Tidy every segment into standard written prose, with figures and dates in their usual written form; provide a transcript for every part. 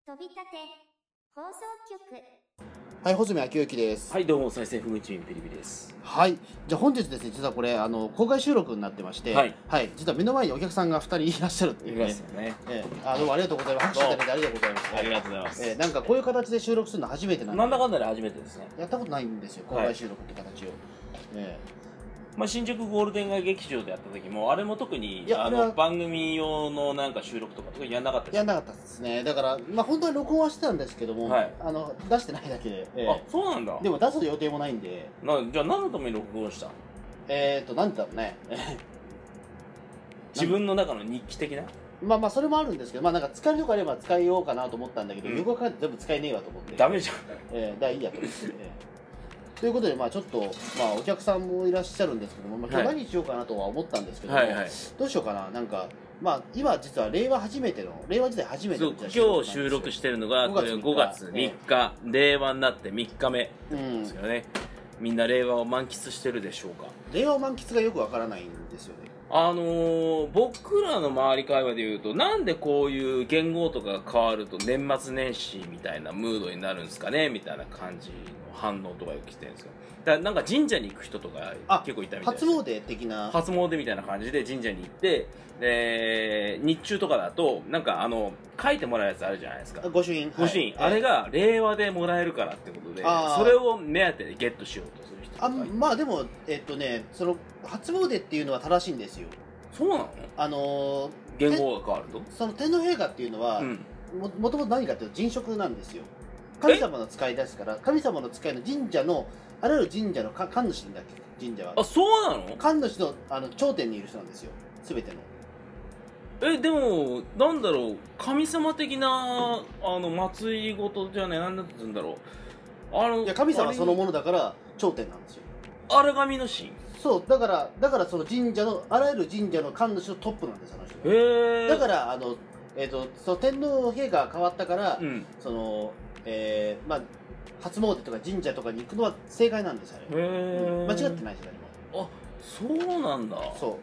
飛び立て放送局。 はい、穂積昭之です。 はい、どうも、再生不夢中ピリピリです。 はい、じゃあ本日ですね、実はこれ公開収録になってまして、 はい、 実は目の前にお客さんが2人いらっしゃるっていうね。 いますよね。 どうもありがとうございます。拍手いただいてありがとうございます。 ありがとうございます。 なんかこういう形で収録するの初めてなんで。 なんだかんだで初めてですね。 やったことないんですよ、公開収録って形を。 まあ、新宿ゴールデン街劇場でやった時も、あれも特に番組用のなんか収録とか特にやんなかったです。 やんなかったですね。だからまあ本当は録音はしてたんですけども、出してないだけで。 あ、そうなんだ。 でも出す予定もないんで。 じゃあ何のために録音した？ なんだろうね。 自分の中の日記的な。 まあそれもあるんですけど、まあなんか使えるとこあれば使いようかなと思ったんだけど、よく考えて全部使えねえわと思って。 ダメじゃん。だいいやと思って。ということで、まあちょっと、まあお客さんもいらっしゃるんですけども、まあ今日何しようかなとは思ったんですけども、どうしようかな、なんか、まあ今実は令和時代初めての今日収録してるのが5月3日、令和になって3日目ですよね。みんな令和を満喫してるでしょうか？ 令和満喫がよくわからないんですよね。 僕らの周り会話でいうと、なんでこういう言語とかが変わると年末年始みたいなムードになるんですかねみたいな感じの反応とかよく来てるんですよ。だからなんか神社に行く人とか結構いたみたいです。 初詣的な。 初詣みたいな感じで神社に行って、日中とかだとなんか書いてもらうやつあるじゃないですか。 御朱印。 あれが令和でもらえるからってことで、それを目当てでゲットしようとする人とか。 まあでもその初詣っていうのは正しいんですよ。 そうなの？言語が変わるとその天皇陛下っていうのは、もともと何かっていうと神職なんですよ。神様の使いですから、神様の使いの神社のあらゆる神社の神主だっけ、神社は。 あ、そうなの？ 神主の頂点にいる人なんですよ、すべての。 でもなんだろう、神様的な祭りごとじゃね、なんだって言うんだろう。 いや、神様そのものだから頂点なんですよ。 荒神の神。 そう、だからその神社のあらゆる神社の神主のトップなんです、あの人。 へえ。 だからその天皇陛下が変わったから、そのまあ初詣とか神社とかに行くのは正解なんですよ。間違ってないですよ、 誰も。あ、そうなんだ。 そう。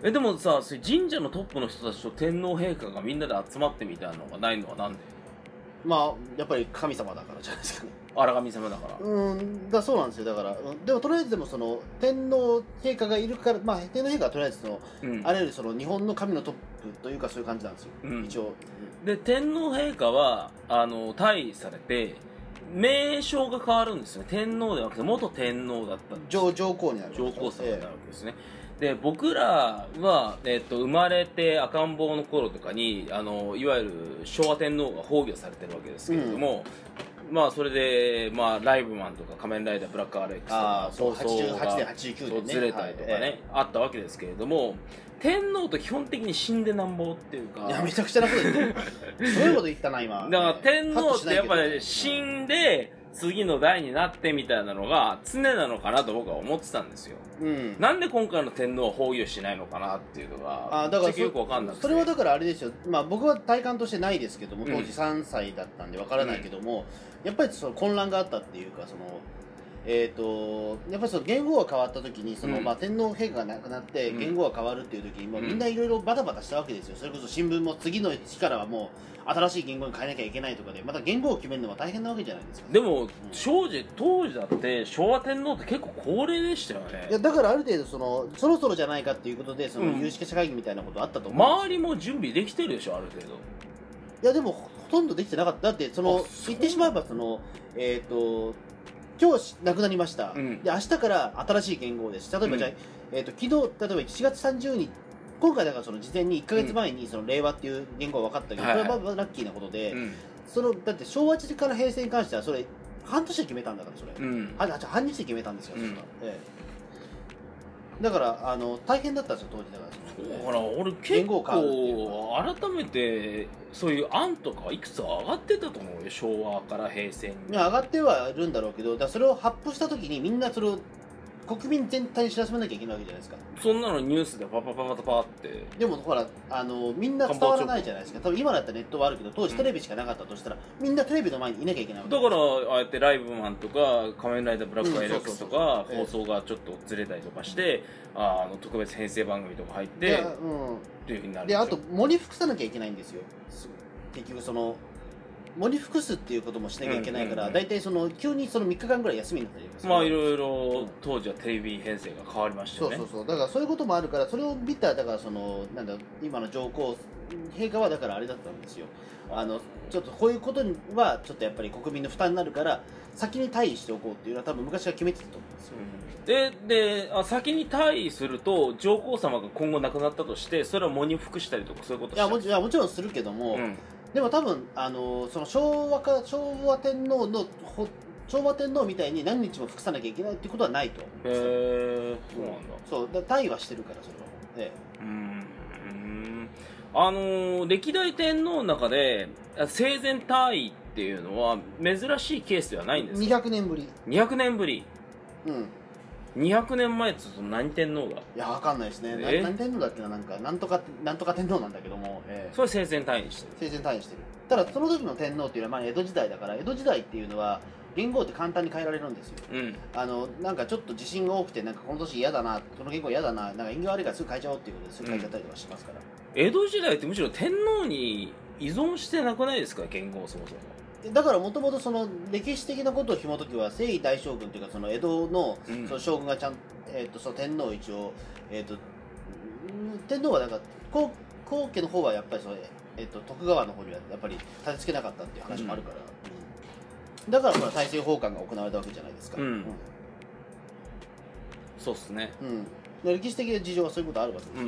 でもさ、神社のトップの人たちと天皇陛下がみんなで集まってみたいなのがないのはなんで？ まあやっぱり神様だからじゃないですかね。 荒神様だから。 そうなんですよ。だから、でもとりあえずでもその天皇陛下がいるから、まあ天皇陛下はとりあえずその、あらゆるその日本の神のトップというかそういう感じなんですよ。一応。 で天皇陛下は退位されて名称が変わるんですよね。天皇ではなくて元天皇だった上皇になる。 上皇様になるわけですね。で僕らは、生まれて赤ん坊の頃とかにいわゆる昭和天皇が崩御されてるわけですけれども、まあそれで、まあ、ライブマンとか仮面ライダーブラック RX とか放送が89年ねずれたりとかね、あったわけですけれども、天皇と基本的に死んでなんぼっていうか、 いやめちゃくちゃなこと言ってるそういうこと言ったな今。 だから天皇ってやっぱり死んで次の代になってみたいなのが常なのかなと僕は思ってたんですよ。なんで今回の天皇は崩御しないのかなっていうのがだからよくわかんなくて。 それはだからあれですよ、まあ僕は体感としてないですけども、当時3歳だったんでわからないけども、やっぱりその混乱があったっていうか、そのやっぱりその元号が変わった時にその、まあ、天皇陛下が亡くなって元号が変わるっていう時に、みんないろいろバタバタしたわけですよ。それこそ新聞も次の日からはもう新しい元号に変えなきゃいけないとかで、また元号を決めるのは大変なわけじゃないですか。 でも、当時だって昭和天皇って結構高齢でしたよね。 いやだからある程度そろそろじゃないかっていうことで、その有識者会議みたいなことあったと思うんですよ。 周りも準備できてるでしょ、ある程度。 いやでもほとんどできてなかった。だって言ってしまえばその今日亡くなりました、で明日から新しい元号です。例えばじゃあ、昨日例えば1月30日、今回だからその事前に1か月前にその令和っていう元号が分かったけど、これはまあラッキーなことで、だって昭和時代から平成に関してはそれ半年で決めたんだからそれ、半日で決めたんですよ、だから大変だったんですよ当時だから。 ほら俺結構改めてそういう案とかいくつ上がってたと思うよ、昭和から平成に。 上がってはいるんだろうけど、だからそれを発布した時にみんなそれを国民全体に知らせなきゃいけないわけじゃないですか。 そんなのニュースでパパパパパって。 でもほらみんな伝わらないじゃないですか。多分今だったらネットはあるけど、当時テレビしかなかったとしたら、みんなテレビの前にいなきゃいけないわけだからああやってライブマンとか仮面ライダーブラック RX とか放送がちょっとずれたりとかして、特別編成番組とか入ってっていうふうになる。 であと喪に服さなきゃいけないんですよ。 結局その喪に服すっていうこともしなきゃいけないから、大体その急にその3日間ぐらい休みになったりする。 まあいろいろ当時はテレビ編成が変わりましたよね。 そうだからそういうこともあるから、それを見ただからそのなんだ今の上皇陛下はだからあれだったんですよ。ちょっとこういうことにはちょっとやっぱり国民の負担になるから先に退位しておこうっていうのは多分昔から決めてたと思うんですよ。 で先に退位すると上皇様が今後亡くなったとしてそれを喪に服したりとかそういうこともちろんするけども、でも多分その昭和天皇の昭和天皇みたいに何日も服さなきゃいけないっていうことはないと思うんですよ。 そうなんだ。 そうだ退位はしてるからそれは。 歴代天皇の中で生前退位っていうのは珍しいケースではないんですか ？200年ぶり。 200年ぶり。200年前って言うと何天皇が？ いや、わかんないですね。何天皇だっけな、なんとか天皇なんだけども、 それ生前退位してる。 生前退位してる。ただその時の天皇っていうのは江戸時代だから、江戸時代っていうのは元号って簡単に変えられるんですよ。なんかちょっと地震が多くてなんかこの年嫌だな、この元号嫌だな、なんか縁起悪いからすぐ変えちゃおうっていうことですぐ変えちゃったりとかしますから。 江戸時代ってむしろ天皇に依存してなくないですか、元号そもそも。 だからもともとその歴史的なことを紐解きは征夷大将軍というかその江戸のその将軍がちゃんその天皇一応天皇はなんか皇家の方はやっぱりその徳川の方にはやっぱり立てつけなかったっていう話もあるから、だからほら大政奉還が行われたわけじゃないですか。 そうっすね。 歴史的な事情はそういうことあるわけです。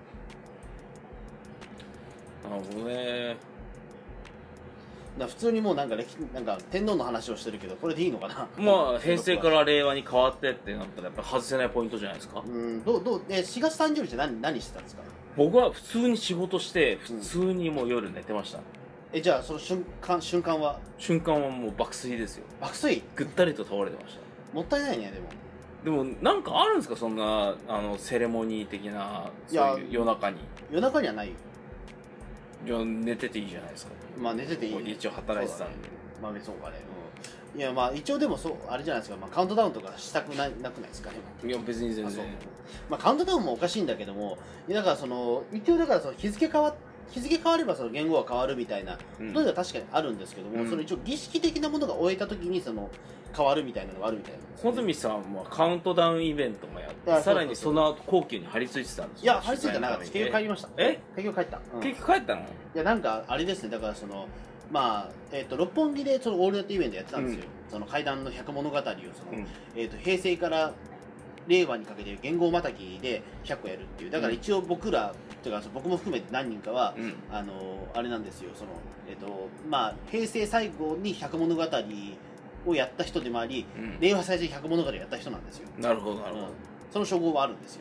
なるほどね。 普通にもうなんか天皇の話をしてるけどこれでいいのかな。 まあ平成から令和に変わってってなったらやっぱ外せないポイントじゃないですか。 4月30日何してたんですか？ 僕は普通に仕事して普通にもう夜寝てました。 じゃあその瞬間はもう爆睡ですよ。 爆睡？ ぐったりと倒れてました。 もったいないね。 でもなんかあるんですか、そんなセレモニー的な、そういう夜中にはないよ。 いや寝てていいじゃないですか。 まあ寝てていい、ね、 一応働いてたんで、 まあそうかね、いやまあ一応でもそうあれじゃないですか、カウントダウンとかしたくなくないですかね。 いや別に全然カウントダウンもおかしいんだけども、だからその一応だからその日付変わればその言語が変わるみたいなことは確かにあるんですけども、その一応儀式的なものが終えた時にその変わるみたいなのがあるみたいな、 穂積さんはカウントダウンイベントもやってさらにその後皇居に張り付いてたんですよ。 いや張り付いてなかった。結局帰りました。結局帰った、 結局帰ったの？いやなんかあれですね、だからそのまあ六本木でそのオールナイトイベントやってたんですよ、その怪談の百物語をその、平成から令和にかけて元号またぎで100個やるっていう。だから一応僕らというか僕も含めて何人かは、あれなんですよ、そのまあ平成最後に百物語をやった人でもあり、令和最初に百物語をやった人なんですよ。 なるほどなるほど、 その称号はあるんですよ。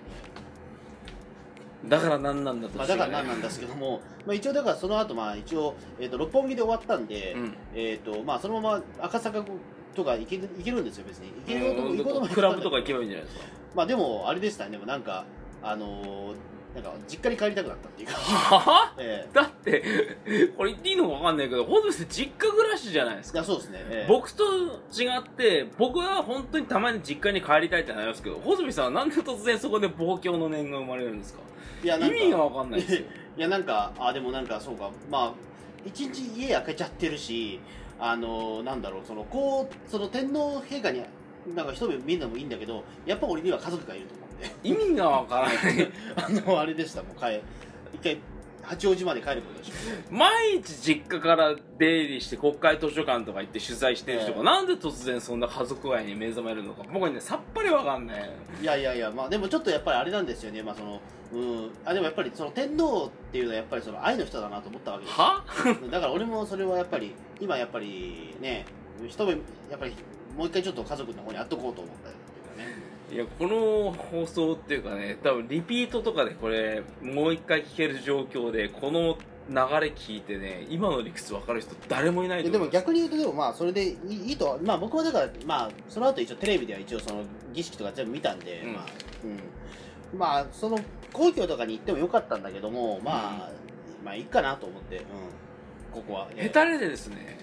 だから何なんだと、 だから何なんですけども、一応だからその後一応六本木で終わったんで、まあそのまま赤坂とか行けるんですよ。別に行こうともクラブとか行けばいいんじゃないですか。 まあでもあれでしたね。でもなんかなんか実家に帰りたくなったっていうかだってこれ言っていいのか分かんないけど、ほんと実家暮らしじゃないですか。 いやそうですね、 僕と違って僕は本当にたまに実家に帰りたいってなりますけど、穂積さんはなんで突然そこで望郷の念が生まれるんですか？ いやなんか意味が分かんないですよ。 いやなんかでもなんかそうか、まあ一日家開けちゃってるし、なんだろう、その天皇陛下になんか一目見るのもいいんだけど、やっぱ俺には家族がいると思って意味がわからないあれでした。もう一回八王子まで帰ることでしょ。 毎日実家から出入りして国会図書館とか行って取材してる人がなんで突然そんな家族愛に目覚めるのか僕にねさっぱりわかんない。 いやまあでもちょっとやっぱりあれなんですよね。まあそのでもやっぱりその天皇っていうのはやっぱりその愛の人だなと思ったわけですよ。だから俺もそれはやっぱり今やっぱりね一目やっぱりもう一回ちょっと家族の方に会っとこうと思ったりっていうかね。 いやこの放送っていうかね、多分リピートとかでこれもう一回聞ける状況でこの流れ聞いてね、今の理屈分かる人誰もいないと思う。 でも逆に言うとでもまあそれでいいと、まあ僕はだからまあその後一応テレビでは一応その儀式とか全部見たんで、まあその皇居とかに行ってもよかったんだけども、まあいいかなと思って、ここはヘタレでですね。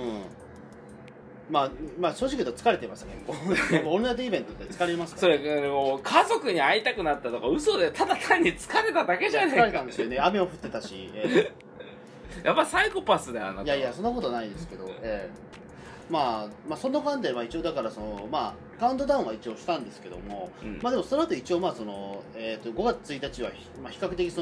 まあ正直言うと疲れてますね。オールナイトイベントって疲れますから。 それ家族に会いたくなったとか嘘で、ただ単に疲れただけじゃねえか。 疲れたんですよね。雨も降ってたし。 やっぱサイコパスだよ、あなたは。 いやいや、そんなことないですけど、まあそんな感じで、まあ、一応だからカウントダウンは一応したんですけども、まあでもその後一応5月1日は比較的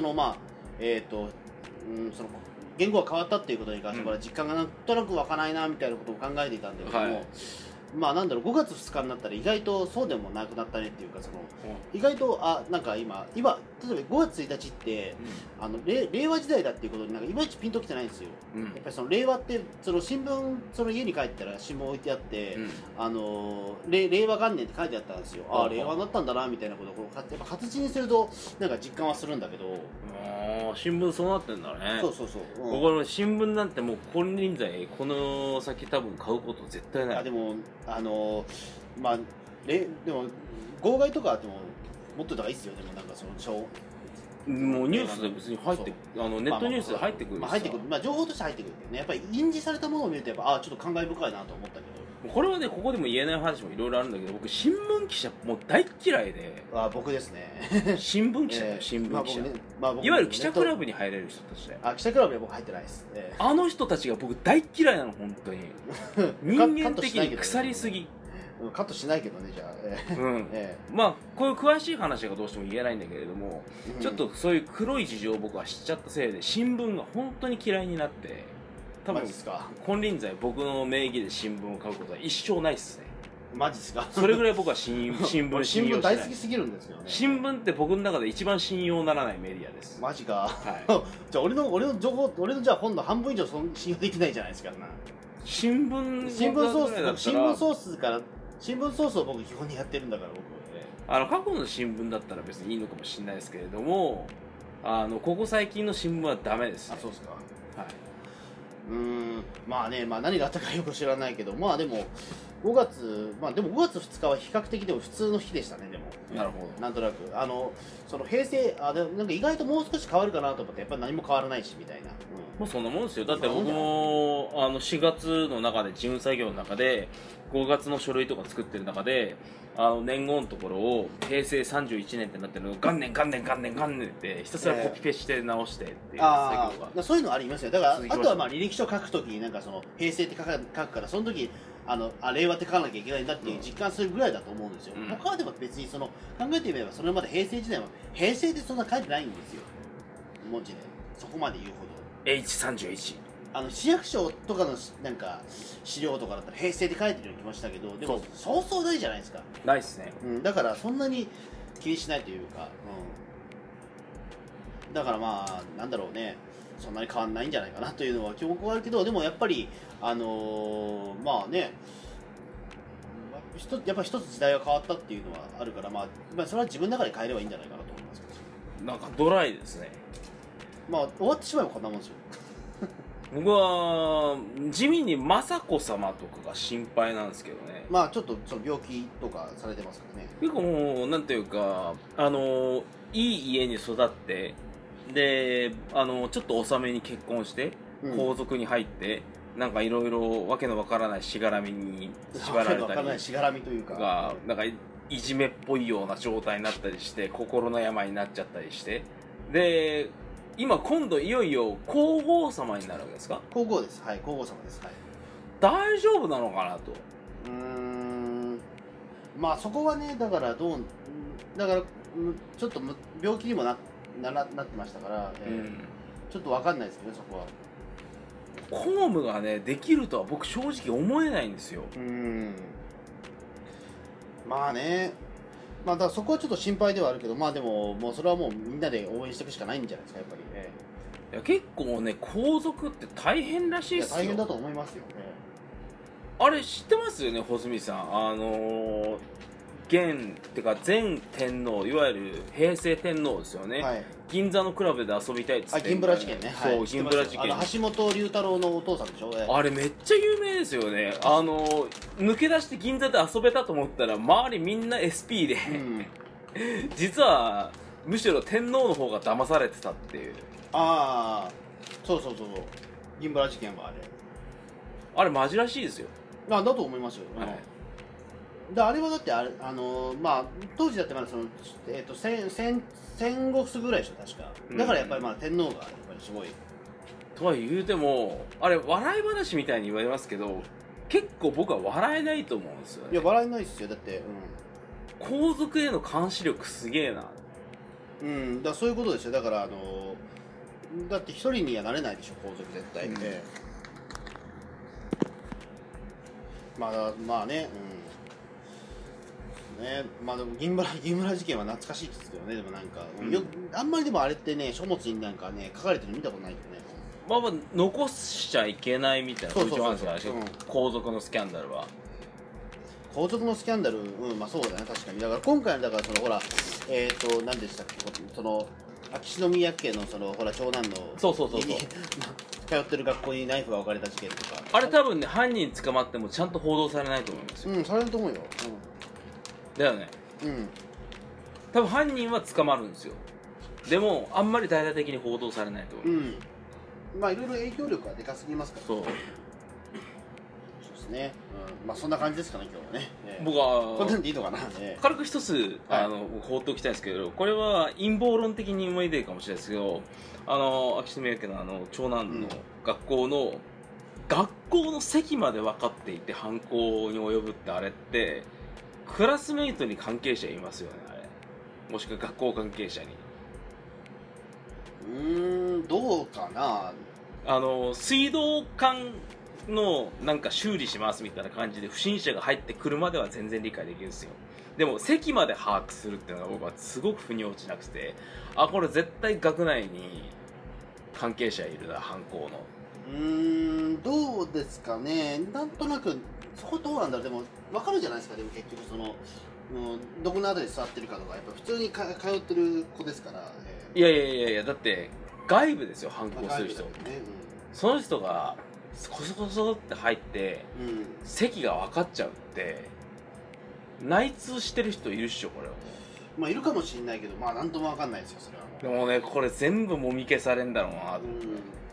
言語が変わったっていうことに関しては、実感がなんとなく湧かないなみたいなことを考えていたんだけども、まあなんだろう、5月2日になったら意外とそうでもなくなったねっていうか、意外となんか今例えば5月1日って、令和時代だっていうことになんかいまいちピンときてないんですよ。やっぱり令和って新聞家に帰ったら新聞置いてあって、令和元年って書いてあったんですよ。令和になったんだなみたいなことをやっぱ形にするとなんか実感はするんだけど。 新聞そうなってんだね。 そう、 この新聞なんてもう金輪際この先多分買うこと絶対ない。 でもまあでも号外とかあっても持っといた方がいいですよ。でもなんかもうニュースで別に入ってネットニュースで入ってくる入ってくる、情報として入ってくるけどね、やっぱり印字されたものを見るとやっぱちょっと感慨深いなと思ったけど、 これはねここでも言えない話もいろいろあるんだけど、僕新聞記者もう大嫌いで。 僕ですね。 新聞記者だよ、新聞記者、いわゆる記者クラブに入れる人たちで。 記者クラブには僕入ってないです、 あの人たちが僕大嫌いなの本当に。人間的に腐りすぎ。 カットしないけどね、じゃあ。 まあこういう詳しい話がどうしても言えないんだけれども、ちょっとそういう黒い事情を僕は知っちゃったせいで新聞が本当に嫌いになって、多分金輪際僕の名義で新聞を買うことは一生ないっすね。 マジっすか。 それぐらい僕は新聞信用しない。 大好きすぎるんですよね。 新聞って僕の中で一番信用ならないメディアです。 マジか。じゃあ俺の情報、俺のじゃあ本の半分以上信用できないじゃないですか。新聞ソースを僕基本にやってるんだから、僕過去の新聞だったら別にいいのかもしれないですけれども、ここ最近の新聞はダメですね。 そうですか。 はい。 まあね、何があったかよく知らないけど、まあでも5月2日は比較的でも普通の日でしたね。でもなるほど。 なんとなく平成なんか意外ともう少し変わるかなと思ってやっぱり何も変わらないしみたいな。 もうそんなもんですよ。だって僕も4月の中で事務作業の中で5月の書類とか作ってる中で年号のところを平成31年ってなってるのを元年ってひたすらコピペして直してっていう作業が、 そういうのありますよ。だからあとは履歴書書くときになんか平成って書くからその時令和って書かなきゃいけないんだっていう実感するぐらいだと思うんですよ。他はでも別に考えてみればそれまで平成時代は平成でそんな書いてないんですよ、文字でそこまで言うほど。 H31 市役所とかのなんか資料とかだったら平成で書いてるように来ましたけど、でもそうそうないじゃないですか。 ないっすね。 だからそんなに気にしないというか、だからまあなんだろうね、そんなに変わんないんじゃないかなというのは記憶はあるけど、でもやっぱりまあね、やっぱ一つ時代が変わったっていうのはあるから、まあそれは自分の中で変えればいいんじゃないかなと思いますけど。 なんかドライですね。 まあ終わってしまえばこんなもんですよ。 僕は地味に雅子様とかが心配なんですけどね。 まあちょっと病気とかされてますからね。 結構もうなんていうかいい家に育ってでちょっと遅めに結婚して皇族に入って、なんかいろいろわけのわからないしがらみに縛られたりしがらみというかなんかいじめっぽいような状態になったりして心の病になっちゃったりして、で今度いよいよ皇后様になるわけですか？ 皇后です。はい、皇后様です。はい。 大丈夫なのかなと。 まあそこはね、だからちょっと病気にもなってましたから、ちょっとわかんないですけど、そこは公務がねできるとは僕正直思えないんですよ。 まあね、まあだからそこはちょっと心配ではあるけど、まあでももうそれはもうみんなで応援していくしかないんじゃないですか、やっぱりね。 いや結構ね皇族って大変らしいっすよ。 大変だと思いますよね。 あれ知ってますよね、穂積さん。現ってか前天皇、いわゆる平成天皇ですよね。はい、銀座のクラブで遊びたいっつって。 銀ブラ事件ね。 そう、はい、銀ブラ事件。 橋本龍太郎のお父さんでしょ。 あれめっちゃ有名ですよね。抜け出して銀座で遊べたと思ったら周りみんな SP で、実はむしろ天皇の方が騙されてたっていう。 そう銀ブラ事件はあれマジらしいですよ。 だと思いますよ。はい、あれはだってまあ当時だってまだ戦後すぐぐらいでしょ確か。だからやっぱりまあ天皇がやっぱりすごいとは言うてもあれ笑い話みたいに言われますけど結構僕は笑えないと思うんですよね。 いや笑えないっすよだって、 皇族への監視力すげえな。 だからそういうことですよ。だからだって一人にはなれないでしょ皇族絶対、まあね、ね、まあでも銀村事件は懐かしいですけどね。でもなんか、あんまりでもあれってね書物になんかね書かれてるの見たことないよね。 まあ残しちゃいけないみたいなそう皇族のスキャンダルは皇族のスキャンダル、まあそうだね確かに。だから今回のだからそのほら何でしたっけ、その秋篠宮家のそのほら長男のそう通ってる学校にナイフが置かれた事件とか、 あれ多分ね犯人捕まってもちゃんと報道されないと思いますよ。 されると思うよ。 だよね。多分犯人は捕まるんですよ。でもあんまり大々的に報道されないと思います。 まあいろいろ影響力がでかすぎますから。そうですね。まあそんな感じですかね今日はね。 僕はこんなんでいいのかな。 軽く一つ放っておきたいんですけど、これは陰謀論的に思い出るかもしれないですけど、秋篠宮家の長男の学校の席まで分かっていて犯行に及ぶってあれってクラスメイトに関係者いますよねあれ。もしくは学校関係者に。 どうかな。 水道管のなんか修理しますみたいな感じで不審者が入ってくるまでは全然理解できるんですよ。でも席まで把握するっていうのが僕はすごく腑に落ちなくて、これ絶対学内に関係者いるな犯行の。 どうですかね。なんとなくそこどうなんだろう。でも分かるじゃないですか。でも結局そのどこの辺りで座ってるかとかやっぱ普通に通ってる子ですから、 いやだって外部ですよ犯行する人、その人がコソコソって入って、席が分かっちゃうって内通してる人いるっしょこれは。 まあいるかもしれないけど、まあなんとも分かんないですよそれは。 でもねこれ全部もみ消されんだろうなと思って、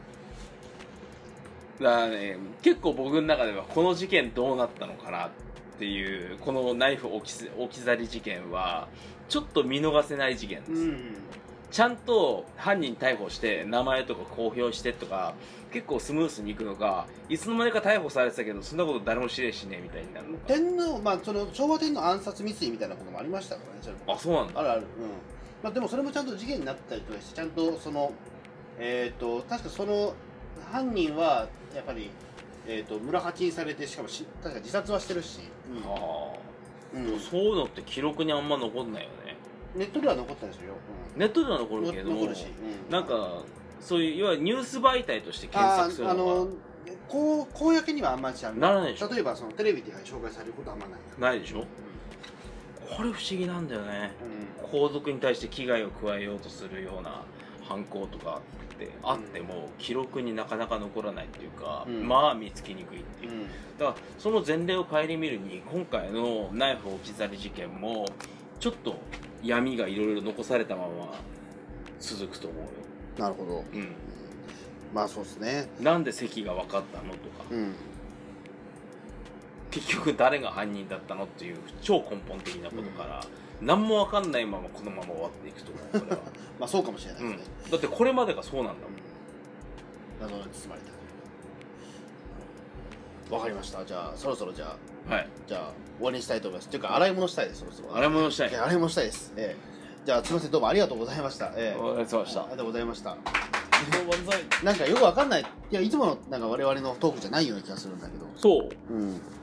だからね結構僕の中ではこの事件どうなったのかなっていう、このナイフ置き去り事件はちょっと見逃せない事件です、ちゃんと犯人逮捕して名前とか公表してとか結構スムースにいくのか、いつの間にか逮捕されてたけどそんなこと誰も知れしねえみたいになるのか。 天皇、まあその昭和天皇暗殺未遂みたいなこともありましたからね。 あ、そうなんだ。 ある、まあでもそれもちゃんと事件になったりとかしてちゃんとその確かその犯人はやっぱり村八にされて、しかも確か自殺はしてるし、 そういうのって記録にあんま残んないよね。 ネットでは残ったんですよ、 ネットでは残るけれども、なんかそういういわゆるニュース媒体として検索するのが公にはあんまりならないでしょ。 例えばそのテレビで紹介されることはあんまないでしょ、これ不思議なんだよね、皇族に対して危害を加えようとするような犯行とかってあっても記録になかなか残らないっていうか、まあ見つけにくいっていう、だからその前例を顧みるに今回のナイフ置き去り事件もちょっと闇がいろいろ残されたまま続くと思うよ。 なるほど、まあそうですね。 なんで席が分かったのとか、結局誰が犯人だったのっていう超根本的なことから、何も分かんないままこのまま終わっていくと思うこれはまあそうかもしれないですね、 だってこれまでがそうなんだもん、 謎に包まれた。わかりました。じゃあそろそろじゃあ終わりにしたいと思います。というか洗い物したいです。そろそろ洗い物したい。 洗い物したいです。じゃあすみません、どうもありがとうございました。 ありがとうございました。 ありがとうございました。 万歳。 なんかよくわかんない。いやいつものなんか我々のトークじゃないような気がするんだけど。 そう。